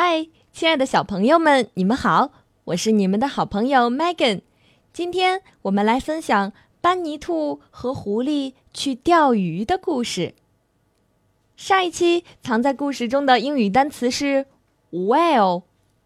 嗨，亲爱的小朋友们，你们好，我是你们的好朋友 Megan。今天我们来分享班尼兔和狐狸去钓鱼的故事。上一期藏在故事中的英语单词是 whale，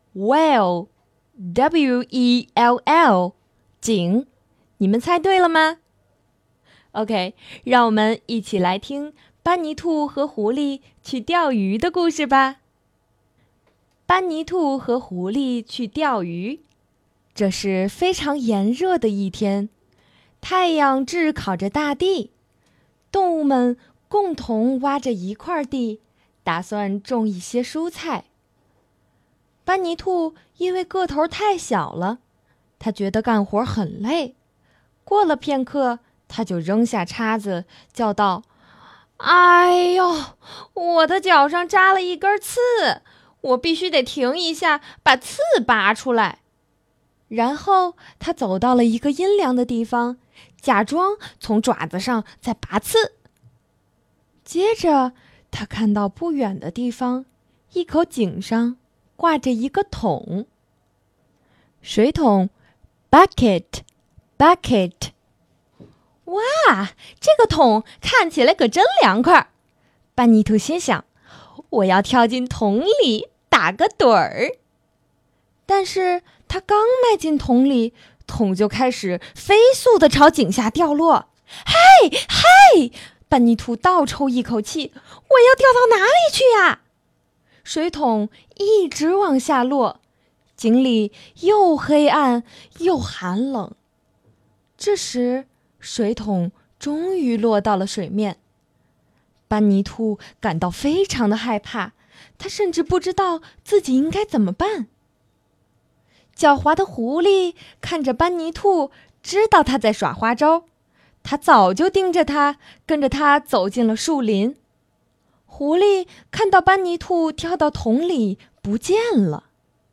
W-E-L-L， 井，你们猜对了吗？ OK， 让我们一起来听班尼兔和狐狸去钓鱼的故事吧。班尼兔和狐狸去钓鱼，这是非常炎热的一天，太阳炙烤着大地，动物们共同挖着一块地，打算种一些蔬菜。班尼兔因为个头太小了，他觉得干活很累，过了片刻，他就扔下叉子，叫道：“哎呦，我的脚上扎了一根刺！我必须得停一下，把刺拔出来。”然后他走到了一个阴凉的地方，假装从爪子上在拔刺。接着他看到不远的地方，一口井上挂着一个桶，水桶 bucket。 哇，这个桶看起来可真凉快。班尼兔心想，我要跳进桶里打个盹儿。但是他刚迈进桶里，桶就开始飞速地朝井下掉落。嘿，班尼兔倒抽一口气，我要掉到哪里去呀？水桶一直往下落，井里又黑暗又寒冷。这时水桶终于落到了水面。班尼兔感到非常的害怕，他甚至不知道自己应该怎么办。狡猾的狐狸看着班尼兔，知道他在耍花招，他早就盯着他，跟着他走进了树林。狐狸看到班尼兔跳到桶里不见了。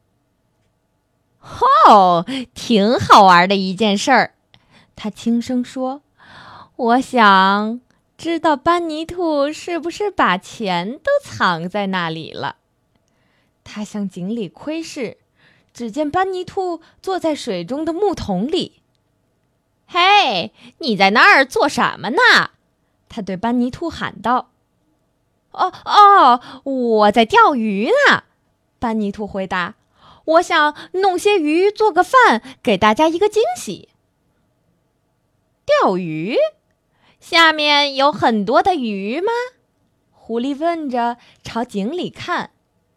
挺好玩的一件事儿，他轻声说，我想知道班尼兔是不是把钱都藏在那里了。他向井里窥视，只见班尼兔坐在水中的木桶里。嘿，你在那儿做什么呢？他对班尼兔喊道。我在钓鱼呢，班尼兔回答，我想弄些鱼做个饭，给大家一个惊喜。钓鱼？下面有很多的鱼吗？狐狸问着，朝井里看。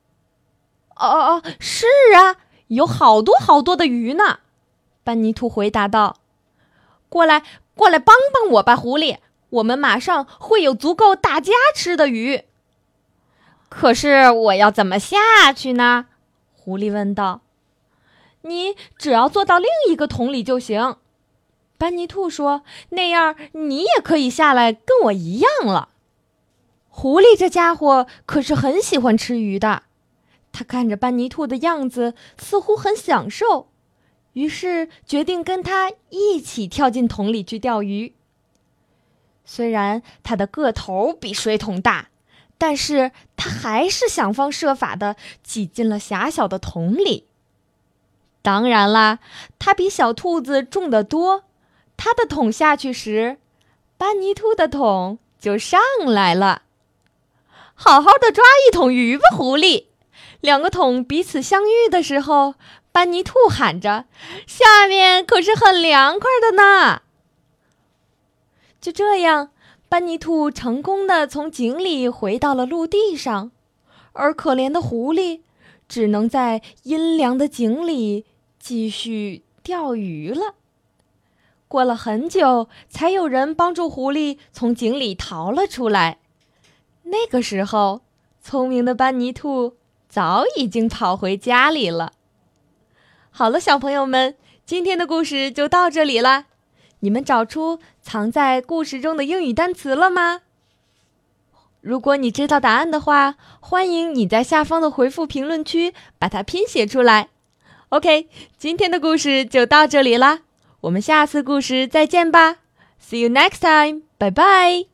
是啊，有好多好多的鱼呢，班尼兔回答道。过来帮帮我吧，狐狸，我们马上会有足够大家吃的鱼。可是我要怎么下去呢？狐狸问道。你只要坐到另一个桶里就行，班尼兔说，那样你也可以下来跟我一样了。狐狸这家伙可是很喜欢吃鱼的，他看着班尼兔的样子似乎很享受，于是决定跟他一起跳进桶里去钓鱼。虽然他的个头比水桶大，但是他还是想方设法地挤进了狭小的桶里。当然啦，他比小兔子重得多，他的桶下去时，班尼兔的桶就上来了。好好的抓一桶鱼吧，狐狸。两个桶彼此相遇的时候，班尼兔喊着，下面可是很凉快的呢。就这样，班尼兔成功地从井里回到了陆地上，而可怜的狐狸只能在阴凉的井里继续钓鱼了。过了很久，才有人帮助狐狸从井里逃了出来。那个时候，聪明的班尼兔早已经跑回家里了。好了，小朋友们，今天的故事就到这里了。你们找出藏在故事中的英语单词了吗？如果你知道答案的话，欢迎你在下方的回复评论区把它拼写出来。OK， 今天的故事就到这里啦，我们下次故事再见吧。See you next time， 拜拜。